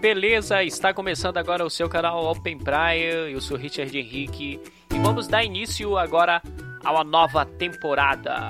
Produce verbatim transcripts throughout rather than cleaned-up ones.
beleza? Está começando agora o seu canal Open Praia, eu sou Richard Henrique e vamos dar início agora a uma nova temporada.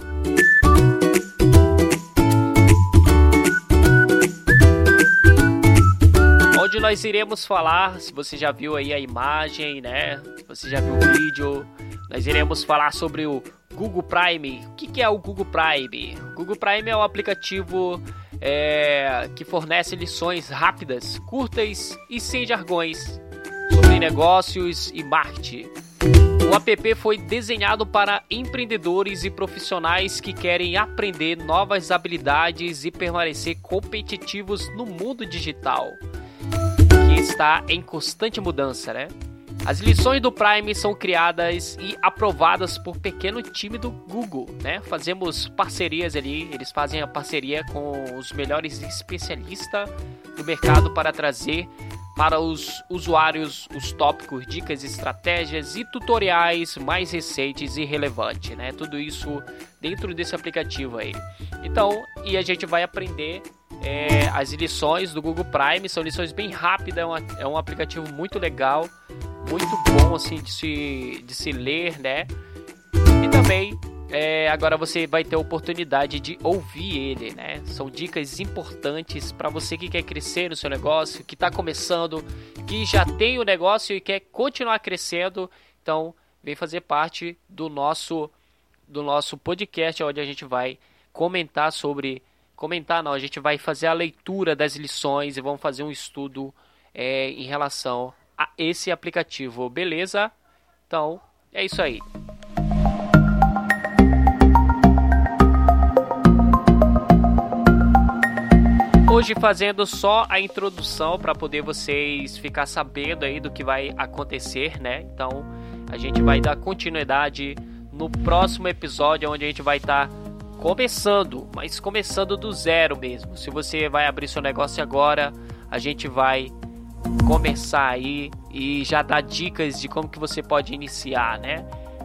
Onde nós iremos falar, se você já viu aí a imagem, né? Se você já viu o vídeo, nós iremos falar sobre o Google Prime. O que é o Google Prime? O Google Prime é um aplicativo é, que fornece lições rápidas, curtas e sem jargões sobre negócios e marketing. O app foi desenhado para empreendedores e profissionais que querem aprender novas habilidades e permanecer competitivos no mundo digital, que está em constante mudança, né? As lições do Prime são criadas e aprovadas por pequeno time do Google, né? Fazemos parcerias ali, eles fazem a parceria com os melhores especialistas do mercado para trazer para os usuários os tópicos, dicas, estratégias e tutoriais mais recentes e relevantes, né? Tudo isso dentro desse aplicativo aí. Então, e a gente vai aprender é, as lições do Google Prime, são lições bem rápidas, é, uma, é um aplicativo muito legal, muito bom assim de se, de se ler, né? E também é, agora você vai ter a oportunidade de ouvir ele, né? São dicas importantes para você que quer crescer no seu negócio, que está começando, que já tem o negócio e quer continuar crescendo. Então vem fazer parte do nosso, do nosso podcast, onde a gente vai comentar sobre... Comentar não, a gente vai fazer a leitura das lições e vamos fazer um estudo é, em relação a esse aplicativo, beleza? Então, é isso aí. Hoje fazendo só a introdução para poder vocês ficar sabendo aí do que vai acontecer, né? Então, a gente vai dar continuidade no próximo episódio, onde a gente vai estar tá começando, mas começando do zero mesmo. Se você vai abrir seu negócio agora, a gente vai começar aí e já dar dicas de como que você pode iniciar, né?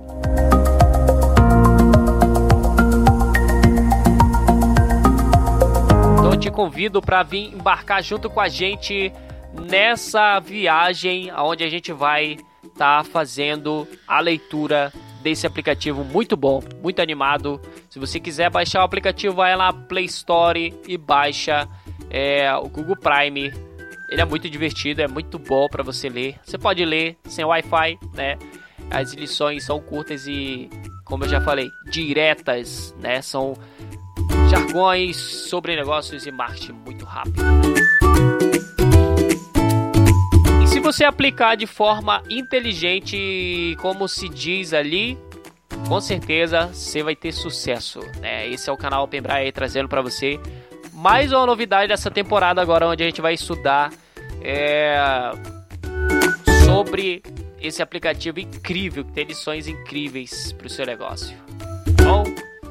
Então eu te convido para vir embarcar junto com a gente nessa viagem onde a gente vai estar tá fazendo a leitura desse aplicativo muito bom, muito animado. Se você quiser baixar o aplicativo, vai lá na Play Store e baixa é, o Google Prime. Ele é muito divertido, é muito bom para você ler. Você pode ler sem Wi-Fi, né? As lições são curtas e, como eu já falei, diretas, né? São jargões sobre negócios e marketing muito rápido. E se você aplicar de forma inteligente, como se diz ali, com certeza você vai ter sucesso, né? Esse é o canal Open Braille aí, trazendo para você mais uma novidade dessa temporada agora, onde a gente vai estudar é, sobre esse aplicativo incrível, que tem lições incríveis para o seu negócio. Bom,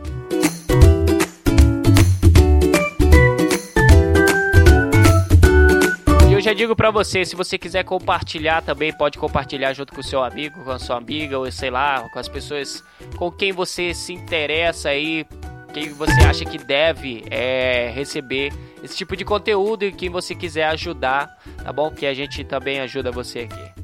e eu já digo para você, se você quiser compartilhar também, pode compartilhar junto com o seu amigo, com a sua amiga, ou sei lá, com as pessoas com quem você se interessa aí, quem você acha que deve é, receber esse tipo de conteúdo e quem você quiser ajudar, tá bom? Que a gente também ajuda você aqui.